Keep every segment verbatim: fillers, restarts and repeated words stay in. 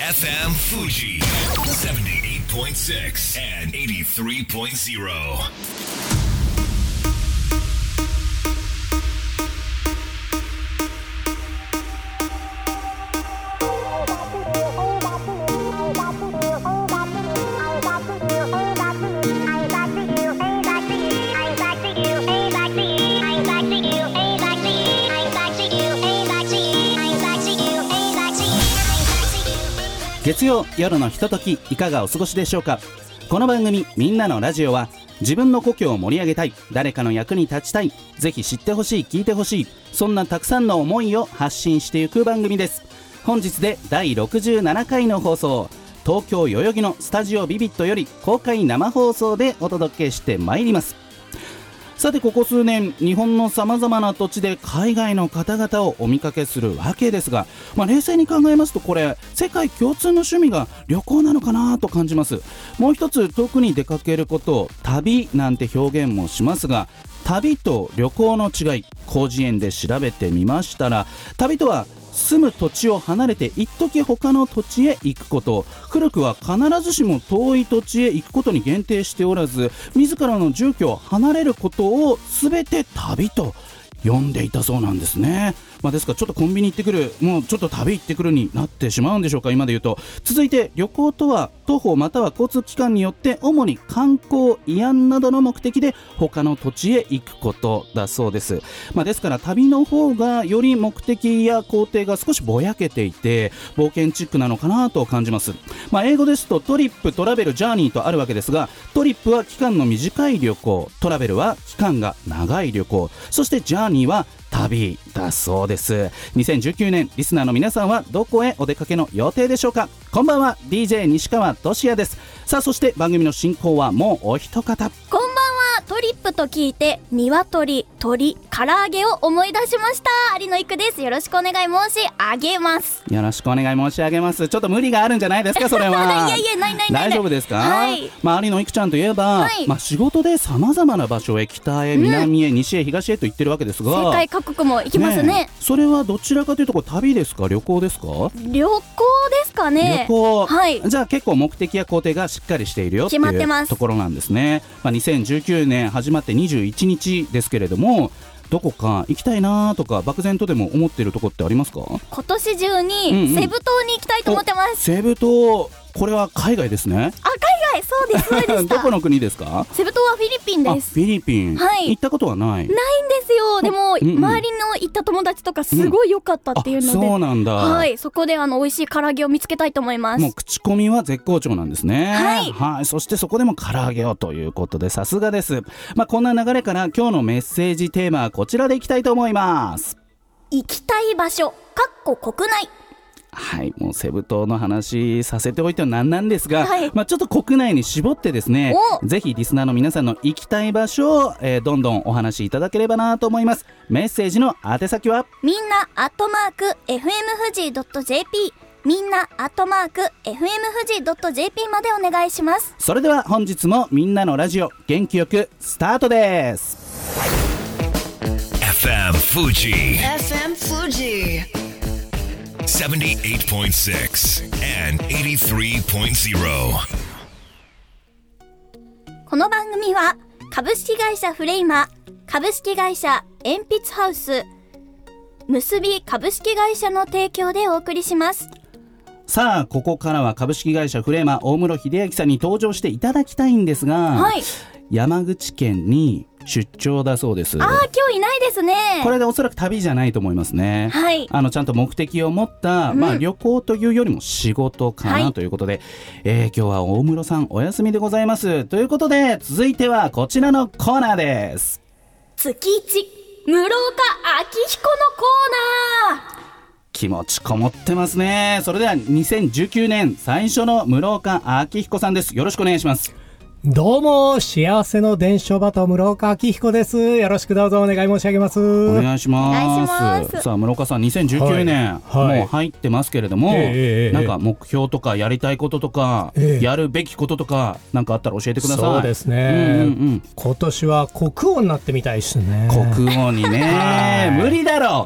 エフエム Fuji seventy-eight point six and eighty-three point zero。 月曜夜のひとときいかがお過ごしでしょうか。この番組みんなのラジオは自分の故郷を盛り上げたい、誰かの役に立ちたい、ぜひ知ってほしい、聞いてほしい、そんなたくさんの思いを発信していく番組です。本日でだいろくじゅうななかいの放送、東京代々木のスタジオビビットより公開生放送でお届けしてまいります。さて、ここ数年日本のさまざまな土地で海外の方々をお見かけするわけですが、まあ、冷静に考えますとこれ世界共通の趣味が旅行なのかなと感じます。もう一つ遠くに出かけることを旅なんて表現もしますが、旅と旅行の違い、広辞苑で調べてみましたら、旅とは住む土地を離れて一時他の土地へ行くこと、古くは必ずしも遠い土地へ行くことに限定しておらず、自らの住居を離れることを全て旅と呼んでいたそうなんですね。まあ、ですからちょっとコンビニ行ってくる、もうちょっと旅行ってくるになってしまうんでしょうか、今で言うと。続いて、旅行とは徒歩または交通機関によって主に観光、慰安などの目的で他の土地へ行くことだそうです。まあ、ですから旅の方がより目的や工程が少しぼやけていて冒険チックなのかなと感じます。まあ、英語ですとトリップ、トラベル、ジャーニーとあるわけですが、トリップは期間の短い旅行、トラベルは期間が長い旅行、そしてジャーニーは旅だそうです。にせんじゅうきゅうねん、リスナーの皆さんはどこへお出かけの予定でしょうか。こんばんは、 ディージェー 西川俊也です。さあ、そして番組の進行はもうお一方。 こんばんは。トリップと聞いて鶏、鳥、唐揚げを思い出しました。有野育です。よろしくお願い申し上げます。 よろしくお願い申し上げます。ちょっと無理があるんじゃないですか、それは。 いやいや、ないないない。 大丈夫ですか。 はい。 まあ、有野育ちゃんといえば、 はい、 まあ、仕事でさまざまな場所へ、北へ南へ、うん、西へ東へと行ってるわけですが、 世界各国も行きます ね, ね。 それはどちらかというとこう旅ですか、旅行ですか。 旅行ですかね。 旅行、 はい。 じゃあ結構目的や工程がしっかりしているよっていうところなんですね。まあ、にせんじゅうきゅうねん始まってにじゅういちにちですけれども、どこか行きたいなとか漠然とでも思っているところってありますか。 今年中にセブ島に行きたいと思ってます。 セブ島、これは海外ですね。 あ、海外、そうですそうでした。 どこの国ですか。 セブ島はフィリピンです。 フィリピン、はい、行ったことはない。 ないんですよ。でも、うんうん、周りの行った友達とかすごい良かったっていうので、うん、 そうなんだ。 はい、そこであの美味しい唐揚げを見つけたいと思います。 もう口コミは絶好調なんですね。 はい、 はい、そしてそこでも唐揚げをということで、さすがです。まあ、こんな流れから今日のメッセージテーマはこちらでいきたいと思います。 行きたい場所かっこ国内。 はい、もうセブ島の話させておいてはなんなんですが、 はい、 まあ、ちょっと国内に絞ってですね、ぜひリスナーの皆さんの行きたい場所を、えー、どんどんお話しいただければなと思います。メッセージの宛先はみんなアットマーク エフエム フジ ドット ジェーピー みんなアットマーク エフエム フジ ドット ジェーピー までお願いします。 それでは本日もみんなのラジオ元気よくスタートです。 エフエム Fuji エフエム Fuji seventy-eight point six and eighty-three point zero。 この番組は株式会社フレイマ、株式会社鉛筆ハウス、結び株式会社の提供でお送りします。 さあ、ここからは株式会社フレーマ大室秀明さんに登場していただきたいんですが、 はい、 山口県に出張だそうです。 あー、今日いないですね。 これでおそらく旅じゃないと思いますね。 はい、 あのちゃんと目的を持った、うん、まあ、旅行というよりも仕事かな、はい、ということで、えー、今日は大室さんお休みでございます。ということで続いてはこちらのコーナーです。 月一室岡明彦のコーナー。 気持ちこもってますね。それではにせんじゅうきゅうねん最初の室岡明彦さんです。よろしくお願いします。 どうも幸せの伝承バト室岡明彦です。よろしくどうぞお願い申し上げます。 お願いします。 お願いします。 さあ室岡さんにせんじゅうきゅうねん、はいはい、もう入ってますけれども、えー、なんか目標とかやりたいこととか、えー、やるべきこととかなんかあったら教えてください。 そうですね、うんうんうん、今年は国王になってみたいですね。 国王にね無理だろ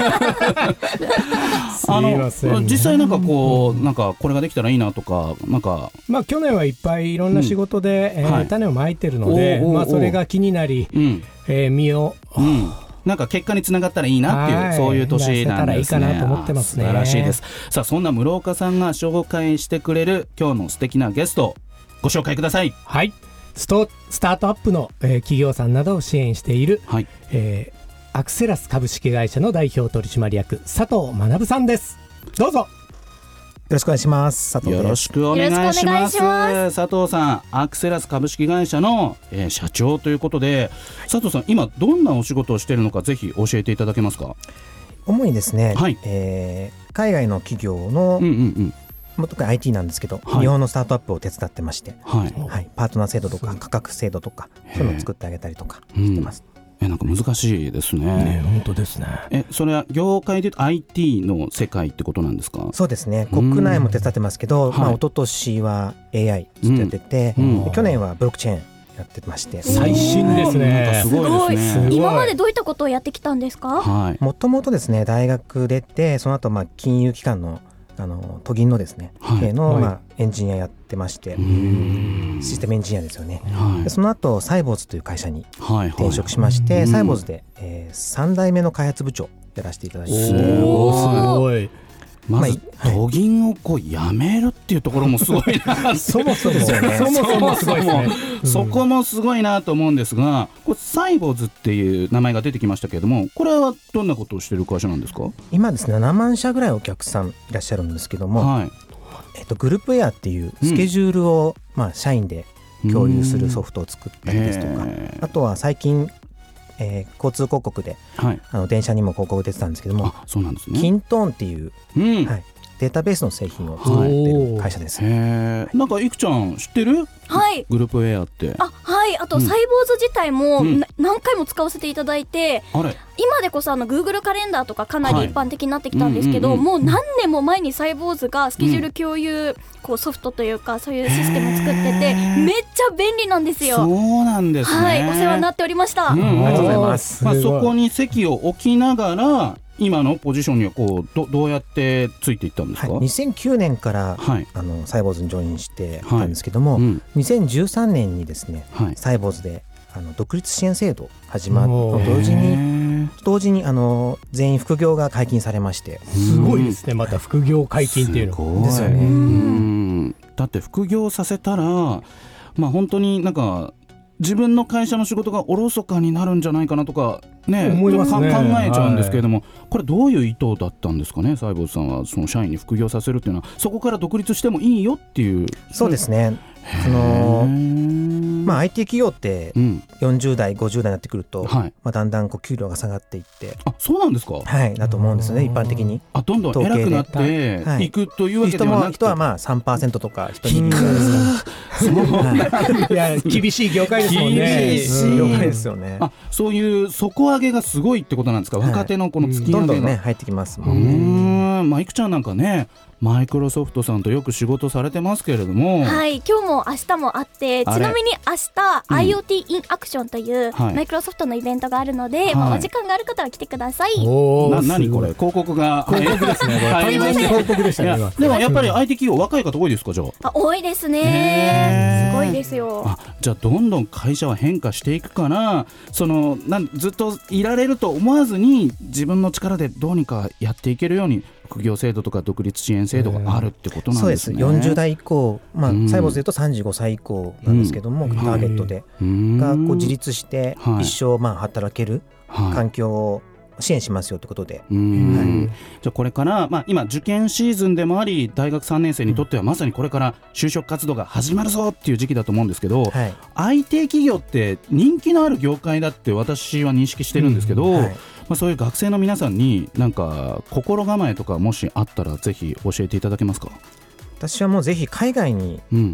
あの実際なんかこうなんかこれができたらいいなとかなんか、 まあ、去年はいっぱいいろんな仕事で、うんえーはい、種をまいてるので、おうおうおうまあ、それが気になり、うんえー、実を、うん、 なんか結果につながったらいいなっていう、はい、そういう年なんですね。いいかなと思ってますね。素晴らしいです。さあそんな室岡さんが紹介してくれる今日の素敵なゲストご紹介ください。 はいスト、スタートアップの、えー、企業さんなどを支援している、はいえー、アクセラス株式会社の代表取締役佐藤学さんです。どうぞよろしくお願いします。佐藤です。 よろしくお願いします。佐藤さんアクセラス株式会社の、えー、社長ということで、佐藤さん今どんなお仕事をしているのかぜひ教えていただけますか。 主にですね、はいえー、海外の企業の、うんうんうんも特に アイティー なんですけど、はい、日本のスタートアップを手伝ってまして、はいはい、パートナー制度とか価格制度とかそういうのを作ってあげたりとかしてます。 えなんか難しいですね。 ね本当ですね。 えそれは業界でいうと アイティー の世界ってことなんですか。 そうですね国内も手伝ってますけど、まあ、一昨年は エーアイ ずっとやってて、うんうん、去年はブロックチェーンやってまして最新ですね。 すごいですね。 今までどういったことをやってきたんですか。 もともとですね大学出てその後まあ金融機関のあの都銀のですね、はい、の、まあ、エンジニアやってましてシステムエンジニアですよね、はい、でその後サイボーズという会社に転職しまして、はいはい、サイボーズで、えー、さん代目の開発部長やらせていただいてすごいまず都銀をこうやめるっていうところもすごいなそもそもですよねそもそもすごいですね、 うん、そこもすごいなと思うんですがこれサイボーズっていう名前が出てきましたけれどもこれはどんなことをしている会社なんですか。 今ですねななまん社ぐらいお客さんいらっしゃるんですけども、はいえっと、グループエアっていうスケジュールを、うんまあ、社員で共有するソフトを作ったりですとか、あとは最近えー、交通広告で、はい、あの電車にも広告出てたんですけどもあそうなんですね、 キントーンっていう、うんはい、データベースの製品を作っている会社です。 へなんかいくちゃん知ってる、 はい、 グループエアってあはいあと、うん、サイボーズ自体も、うん、何回も使わせていただいてあれ今でこそあの Google カレンダーとかかなり一般的になってきたんですけど、はいうんうんうん、もう何年も前にサイボーズがスケジュール共有、うん、こうソフトというかそういうシステムを作っててめっちゃ便利なんですよ。 そうなんですね、 はい、お世話になっておりました、うん、 ありがとうございます。 まあ、そこに席を置きながら今のポジションにはこう ど, どうやってついていったんですか。 はい、にせんきゅうねんから、はい、あのサイボーズにジョインしてたんですけども、はいうん、にせんじゅうさんねんにですね、はい、サイボーズであの独立支援制度始まると同時に同時にあの全員副業が解禁されましてすごいですね。また副業解禁っていうのですよね。 うんだって副業させたらまあ本当になんか自分の会社の仕事がおろそかになるんじゃないかなとかね、思いますね。考えちゃうんですけれども、はい、これどういう意図だったんですかね。サイボーズさんはその社員に副業させるっていうのはそこから独立してもいいよっていう。 そうですね。そのまあ、アイティー 企業ってよんじゅう代ごじゅう代になってくると、はいまあ、だんだんこう給料が下がっていってあそうなんですか。 はいだと思うんですよね。一般的にあどんどん偉くなっていくというわけではなくて、はい、 人はまあ さんパーセント とか人にいるじゃないですかいや厳しい業界ですもんね。 厳しい業界ですよね。 あそういう底上げがすごいってことなんですか、はい、若手のこの突き上げが、うん、 どんどんね入ってきますもんね。 うんまあいくちゃんなんかねマイクロソフトさんとよく仕事されてますけれども、 はい今日も明日もあってちなみに明日、うん、IoT in Action という、はい、マイクロソフトのイベントがあるので、はいまあ、お時間がある方は来てください。 な何これ広告が広告ですね。 すいません広告でしたね。 でもやっぱり アイティー 企業若い方多いですか。じゃああ多いですね。すごいですよ。 あじゃあどんどん会社は変化していくからそのなんずっといられると思わずに自分の力でどうにかやっていけるように副業制度とか独立支援制度があるってことなんですね。 そうですよんじゅう代以降、まあ、サイボーズでいうとさんじゅうごさい以降なんですけども、うん、ターゲットで、はい、がこう自立して一生まあ働ける環境を支援しますよということで、うんはい、じゃあこれから、まあ、今受験シーズンでもあり大学さんねん生にとってはまさにこれから就職活動が始まるぞっていう時期だと思うんですけど、はい、アイティー 企業って人気のある業界だって私は認識してるんですけど、うんはいまあ、そういう学生の皆さんになんか心構えとかもしあったらぜひ教えていただけますか。 私はもうぜひ海外に行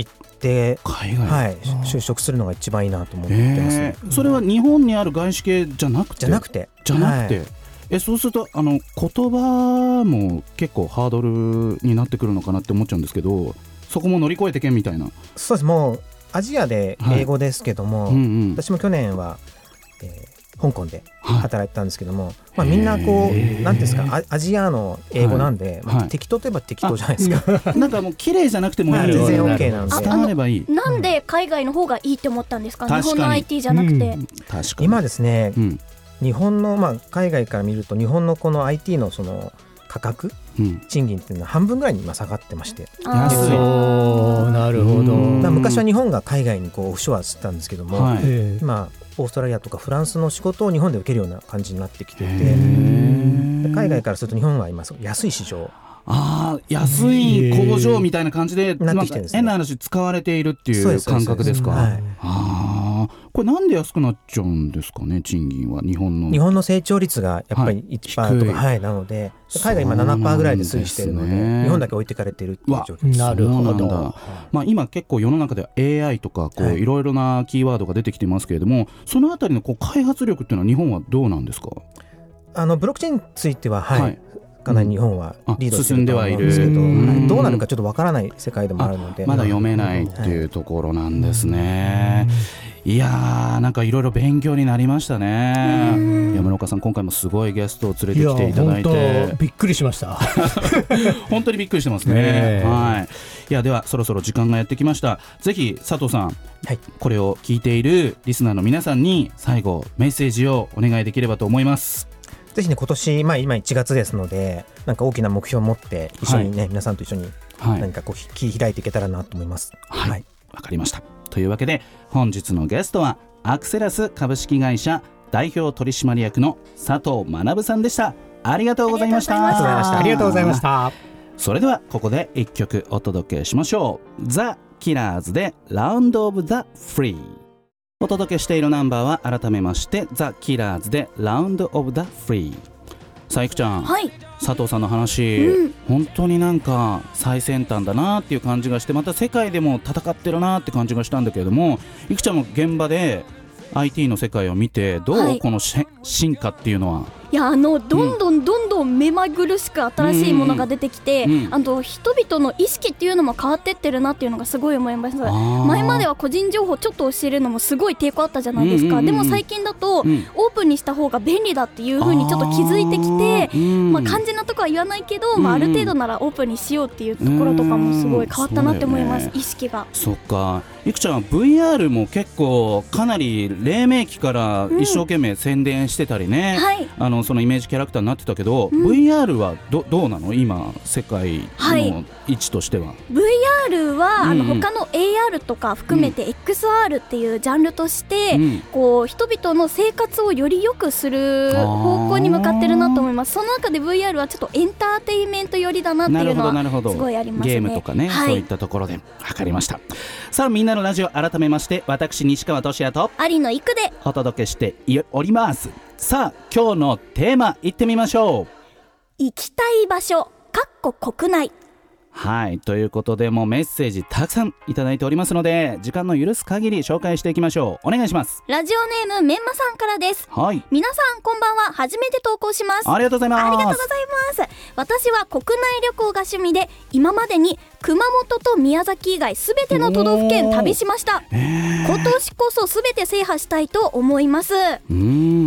行って海外、 はい、就職するのが一番いいなと思ってますね。 えー、それは日本にある外資系じゃなくてじゃなくてじゃなくて、 はい、 えそうするとあの言葉も結構ハードルになってくるのかなって思っちゃうんですけど、そこも乗り越えてけんみたいな。 そうです。もうアジアで英語ですけども、はい、うんうん、私も去年は、えー、香港で働いてたんですけども、はい、まあ、みんなこうなんですか ア, アジアの英語なんで、はい、まあ、適当といえば適当じゃないですか。 なんかもう綺麗じゃなくてもいい、 全然 OK なんで伝わればいい。 なんで海外の方がいいって思ったんですか、日本の アイティー じゃなくて。うん、 確かに今ですね、うん、日本の、まあ、海外から見ると日本のこの アイティー のその価格、うん、賃金っていうのは半分ぐらいに今下がってまして、 安い。 なるほど。 昔は日本が海外にこうオフショアしてたんですけども、はい、今オーストラリアとかフランスの仕事を日本で受けるような感じになってきてて、海外からすると日本は今安い市場、 あー、安い工場みたいな感じでなってきてるんですね。変な話使われているっていう感覚ですか。はい、あこれなんで安くなっちゃうんですかね、賃金は。日本の日本の成長率がやっぱり いちパーセント とか、はい、なので海外今 ななパーセント ぐらいで推移しているので、日本だけ置いてかれているっていう状況です。 なるほど。 まあ、今結構世の中では エーアイ とかこういろいろなキーワードが出てきてますけれども、はい、そのあたりのこう開発力っていうのは日本はどうなんですか。 あのブロックチェーンについては、はいはい、かなり日本はリードしていると思うんですけど、はい、どうなるかちょっとわからない世界でもあるので、 まだ読めないっていうところなんですね。いやー、なんかいろいろ勉強になりましたね。山岡さん、今回もすごいゲストを連れてきていただいて、 いや本当びっくりしました本当にびっくりしてますね。ね、はい、いやではそろそろ時間がやってきました。ぜひ佐藤さん、はい、これを聞いているリスナーの皆さんに最後メッセージをお願いできればと思います。 ぜひね、今年、まあ、今いちがつですので、なんか大きな目標を持って一緒にね、はい、皆さんと一緒に何かこう切り開いていけたらなと思います。 はい、はい、わかりました。というわけで本日のゲストはアクセラス株式会社代表取締役の佐藤学さんでした。ありがとうございました。 ありがとうございました。 それではここで一曲お届けしましょう。ザ・キラーズでラウンド・オブ・ザ・フリー。お届けしているナンバーは改めましてザ・キラーズでラウンド・オブ・ザ・フリー。さあいくちゃん、はい、佐藤さんの話、うん、本当になんか最先端だなっていう感じがして、また世界でも戦ってるなって感じがしたんだけれども、いくちゃんも現場で アイティー の世界を見てどう、はい、この進化っていうのは。 いや、あのどんどんどんどん目まぐるしく新しいものが出てきて、うんうん、あの人々の意識っていうのも変わってってるなっていうのがすごい思います。前までは個人情報ちょっと教えるのもすごい抵抗あったじゃないですか、うんうんうん、でも最近だと、うん、オープンにした方が便利だっていう風にちょっと気づいてきて、まあ、肝心なところは言わないけど、まあ、ある程度ならオープンにしようっていうところとかもすごい変わったなって思います、ね、意識が。 そっか、いくちゃんは ブイアール も結構かなり黎明期から一生懸命宣伝してたりね、うん、はい、あのそのイメージキャラクターになってたけど、うん、ブイアール は ど, どうなの今世界の位置としては。はい、ブイアール は、うんうん、あの他の エーアール とか含めて エックスアール っていうジャンルとして、うん、こう人々の生活をより良くする方向に向かってるなと思います。その中で ブイアール はちょっとエンターテインメント寄りだなっていうのはすごいありますね。 ゲームとかね、はい、そういったところで分かりました。さあみんなのラジオ、改めまして私西川俊也と有野育でお届けしております。さあ今日のテーマいってみましょう。 行きたい場所かっこ国内。 はい、ということでもうメッセージたくさんいただいておりますので、時間の許す限り紹介していきましょう。お願いします。 ラジオネームメンマさんからです。 はい、 皆さんこんばんは。初めて投稿します。 ありがとうございます。 ありがとうございます。私は国内旅行が趣味で、今までに熊本と宮崎以外すべての都道府県旅しました。今年こそすべて制覇したいと思います。うん、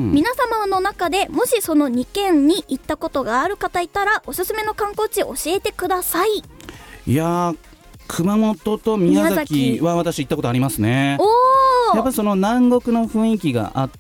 皆様の中でもしそのに県に行ったことがある方いたら、おすすめの観光地教えてください。 いやー、熊本と宮崎は私行ったことありますね。おやっぱりその南国の雰囲気があって、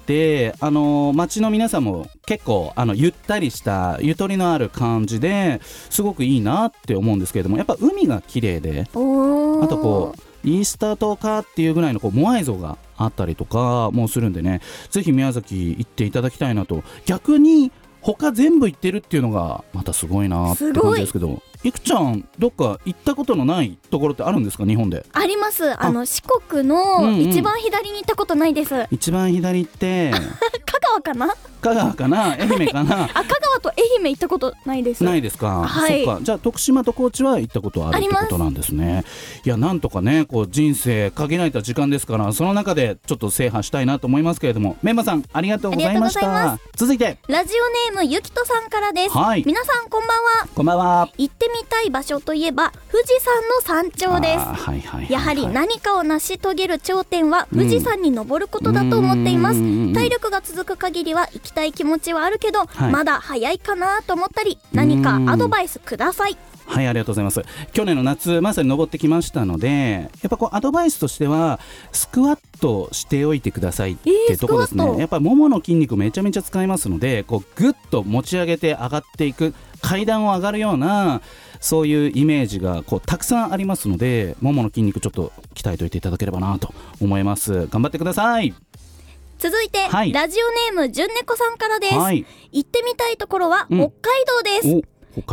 あの街の皆さんも結構あのゆったりしたゆとりのある感じですごくいいなって思うんですけれども、やっぱ海が綺麗で、あとこうイースター島かっていうぐらいのこうモアイ像があったりとかもするんでね、ぜひ宮崎行っていただきたいなと。逆に他全部行ってるっていうのがまたすごいなって感じですけど、いくちゃんどっか行ったことのないところってあるんですか、日本で。 あります。あの四国の一番左に行ったことないです。 うんうん、一番左って香川かな。 香川かな愛媛かなあ香川と愛媛行ったことないです。 ないですか、 はい、 そっか。じゃあ徳島と高知は行ったことあるってことなんですね。いやなんとかねこう人生限られた時間ですから、その中でちょっと制覇したいなと思いますけれども、メンバさんありがとうございました。続いてラジオネームゆきとさんからです、はい、皆さんこんばんは。 こんばんは。 行ってみたい場所といえば富士山の山頂です。 はいはいはいはい、 やはり何かを成し遂げる頂点は富士山に登ることだと思っています、うん、体力が続く限りは行きたい気持ちはあるけど、はい、まだ早いかなと思ったり、何かアドバイスください。 はい、ありがとうございます。去年の夏まさに登ってきましたので、やっぱこうアドバイスとしてはスクワットしておいてくださいってとこですね、えー、やっぱりももの筋肉めちゃめちゃ使いますので、こうグッと持ち上げて上がっていく、階段を上がるようなそういうイメージがこうたくさんありますので、ももの筋肉ちょっと鍛えておいていただければなと思います。頑張ってください。 続いて、はい、ラジオネームじゅんねこさんからです、はい、行ってみたいところは北海道です、うん、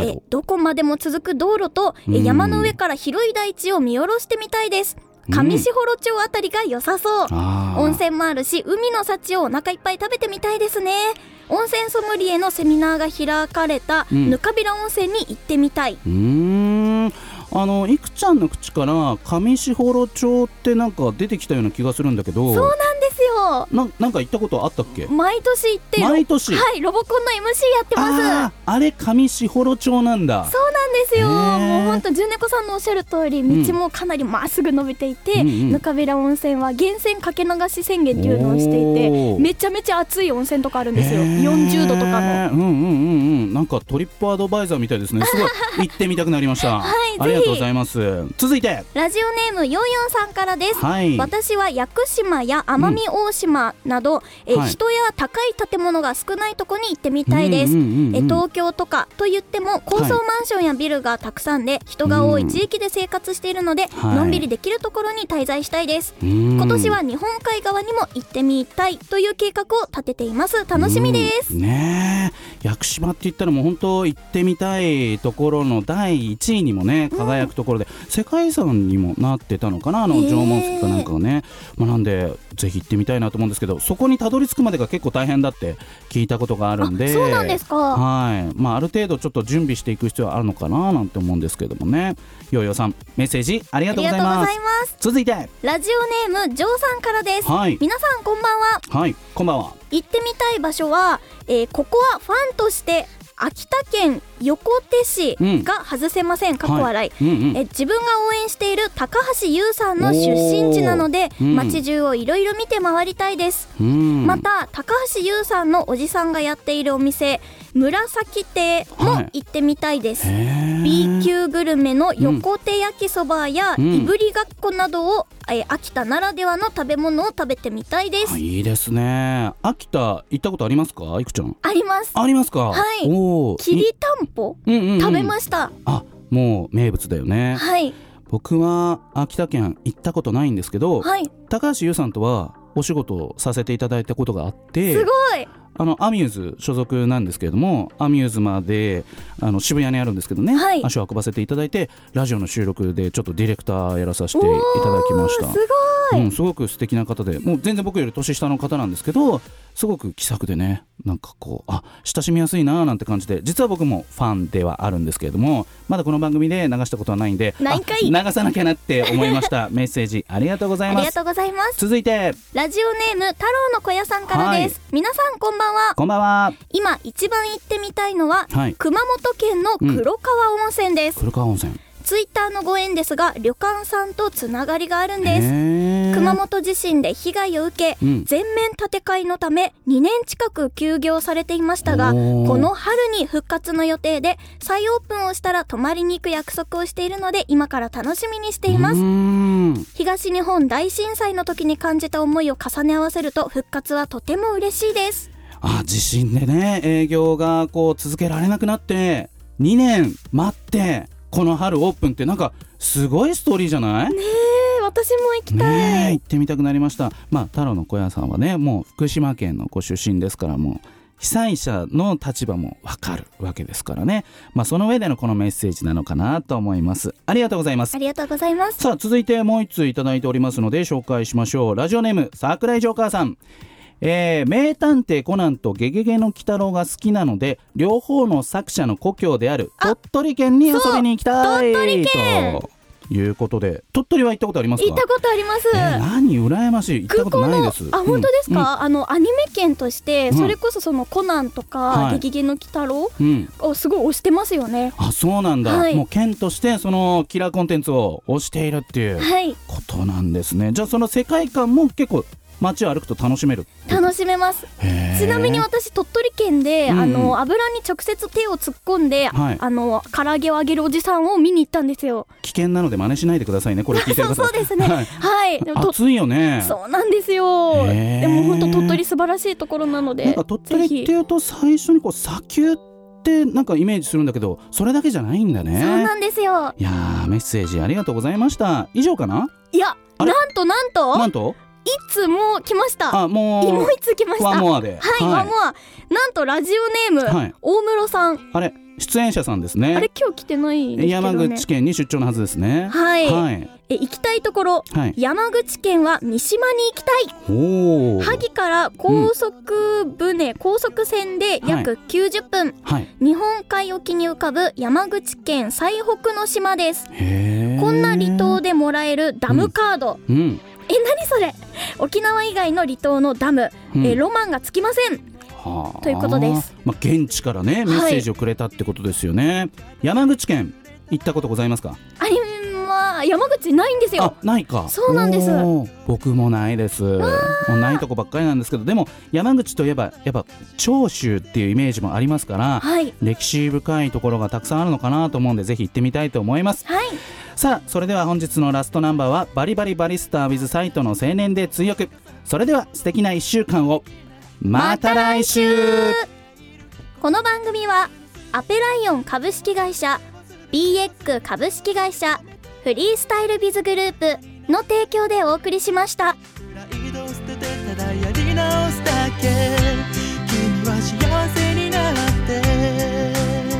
えどこまでも続く道路とえ山の上から広い大地を見下ろしてみたいです。上士幌町あたりが良さそう、うん、温泉もあるし海の幸をお腹いっぱい食べてみたいですね。温泉ソムリエのセミナーが開かれたぬかびら温泉に行ってみたい、 うん、うーんあのいくちゃんの口から上士幌町ってなんか出てきたような気がするんだけど。 そうなんですよ。 な, なんか行ったことあったっけ。 毎年行って毎年はいロボコンの エムシー やってます。 ああれ上士幌町なんだ。 そうなんですよ。もうほんとじゅんねこさんのおっしゃる通り道もかなりまっすぐ伸びていて、うん、ぬかびら温泉は源泉かけ流し宣言っていうのをしていて、めちゃめちゃ熱い温泉とかあるんですよ。よんじゅうどとかの。うんうんうんうんなんかトリップアドバイザーみたいですね。すごい行ってみたくなりました。はいありがとうございます。続いてラジオネームよんよんさんからです、はい、私は屋久島や奄美大島など、うんえはい、人や高い建物が少ないところに行ってみたいです、うんうんうんうん、え東京とかといっても高層マンションやビルがたくさんで人が多い地域で生活しているので、うん、のんびりできるところに滞在したいです、はい、今年は日本海側にも行ってみたいという計画を立てています。楽しみです、 うんね、屋久島って言ったらもう本当行ってみたいところのだいいちいにもね輝くところで、うん、世界遺産にもなってたのかなあの縄文石かなんかがね、まあ、なんでぜひ行ってみたいなと思うんですけど、そこにたどり着くまでが結構大変だって聞いたことがあるんで。 あそうなんですか。 はい、まあ、ある程度ちょっと準備していく必要はあるのかななんて思うんですけどもね。ようようさんメッセージありがとうございます。続いてラジオネームジョーさんからです、はい、皆さんこんばんは。 はいこんばんは。 行ってみたい場所は、えー、ここはファンとして秋田県横手市が外せません、過去笑い、はいうんうん、え自分が応援している高橋優さんの出身地なので、うん、街中をいろいろ見て回りたいです、うん、また高橋優さんのおじさんがやっているお店紫亭も行ってみたいです、はい、B 級グルメの横手焼きそばや、うん、いぶりがっこなどを、え秋田ならではの食べ物を食べてみたいです。 いいですね。秋田行ったことありますかいくちゃん。 あります。 ありますか。 はい。おきりたんぽ、うんうんうん、食べました。 あもう名物だよね。 はい。僕は秋田県行ったことないんですけど、はい、高橋優さんとはお仕事をさせていただいたことがあって、 すごい。 あのアミューズ所属なんですけれども、アミューズまであの渋谷にあるんですけどね、はい、足を運ばせていただいてラジオの収録でちょっとディレクターやらさせていただきました。 すごい、 うん、すごく素敵な方で、もう全然僕より年下の方なんですけど、すごく気さくでね、なんかこうあ親しみやすいななんて感じで、実は僕もファンではあるんですけれども、まだこの番組で流したことはないんで何回流さなきゃなって思いましたメッセージありがとうございます。 ありがとうございます。 続いてラジオネーム太郎の小屋さんからです、はい、皆さんこんばんは。 こんばんは。 今一番行ってみたいのは、はい、熊本県の黒川温泉です、うん、 黒川温泉ツイッターのご縁ですが旅館さんとつながりがあるんです。熊本地震で被害を受け、うん、全面建て替えのためにねん近く休業されていましたが、この春に復活の予定で再オープンをしたら泊まりに行く約束をしているので今から楽しみにしています。東日本大震災の時に感じた思いを重ね合わせると復活はとても嬉しいです。 あ地震でね営業がこう続けられなくなってにねん待ってこの春オープンってなんかすごいストーリーじゃない？ ねえ私も行きたい。 ねえ行ってみたくなりました。まあ太郎の小屋さんはねもう福島県のご出身ですから、もう被災者の立場もわかるわけですからね、まあその上でのこのメッセージなのかなと思います。ありがとうございます。 ありがとうございます。 さあ続いてもう一通いただいておりますので紹介しましょう。ラジオネーム桜井ジョーカーさん。 えー、名探偵コナンとゲゲゲの鬼太郎が好きなので両方の作者の故郷である鳥取県に遊びに行きたい鳥取県ということで、鳥取は行ったことありますか？ 行ったことあります。 えー、何羨ましい。行ったことないです。 あ、本当ですか？うん、あのアニメ県としてうん、 それこそそのコナンとか、 はい、 ゲゲゲの鬼太郎うん、 をすごい推してますよね。 あ、そうなんだ、はい、もう県としてそのキラーコンテンツを推しているっていうことなんですね。はい、じゃあその世界観も結構街を歩くと楽しめる？ 楽しめます。ちなみに私鳥取県で、うん、あの油に直接手を突っ込んで、はい、あの唐揚げを揚げるおじさんを見に行ったんですよ。 危険なので真似しないでくださいね、これ聞いてる方そうそうですね。はい、はい、でも暑いよね。 そうなんですよ。でも本当鳥取素晴らしいところなので、 なんか鳥取っていうと最初にこう砂丘ってなんかイメージするんだけど、それだけじゃないんだね。 そうなんですよ。 いやー、メッセージありがとうございました。以上かな？ いや、なんとなんとなんといつも来ました。 あ、もうもういつ来ました。 ワンモアで、 はい、はい、ワンモア。なんとラジオネーム、はい、大室さん。 あれ、出演者さんですね。 あれ、今日来てないんですけどね。 山口県に出張のはずですね。 はい、はい、え行きたいところ、はい、山口県は三島に行きたい。おー、萩から高速船、うん、高速船で約きゅうじゅっぷん、はい、日本海沖に浮かぶ山口県最北の島です。へー、こんな離島でもらえるダムカード、うんうん、え、何それ。沖縄以外の離島のダム、うん、えロマンがつきません、はあ、ということです。 まあ、現地からねメッセージをくれたってことですよね。はい、山口県行ったことございますか？ ありま山口ないんですよ。 あ、ないか。 そうなんです。 僕もないです。もうないとこばっかりなんですけど、でも山口といえばやっぱ長州っていうイメージもありますから、はい、歴史深いところがたくさんあるのかなと思うんで、ぜひ行ってみたいと思います。はい、さあ、それでは本日のラストナンバーはバリバリバリスタ with サイトの青年で追憶。それでは素敵ないっしゅうかんを。また来週。 この番組はアペライオン株式会社、 ビーエック 株式会社、フリースタイルビズグループの提供でお送りしました。 プライドを捨ててただやり直すだけ。君は幸せになって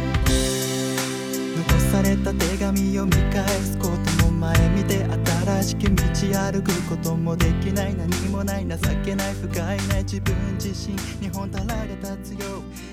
残された手紙を見返すことも前見て、新しき道歩くこともできない。何もない情けない不甲斐ない自分自身にほんたられ立つよ。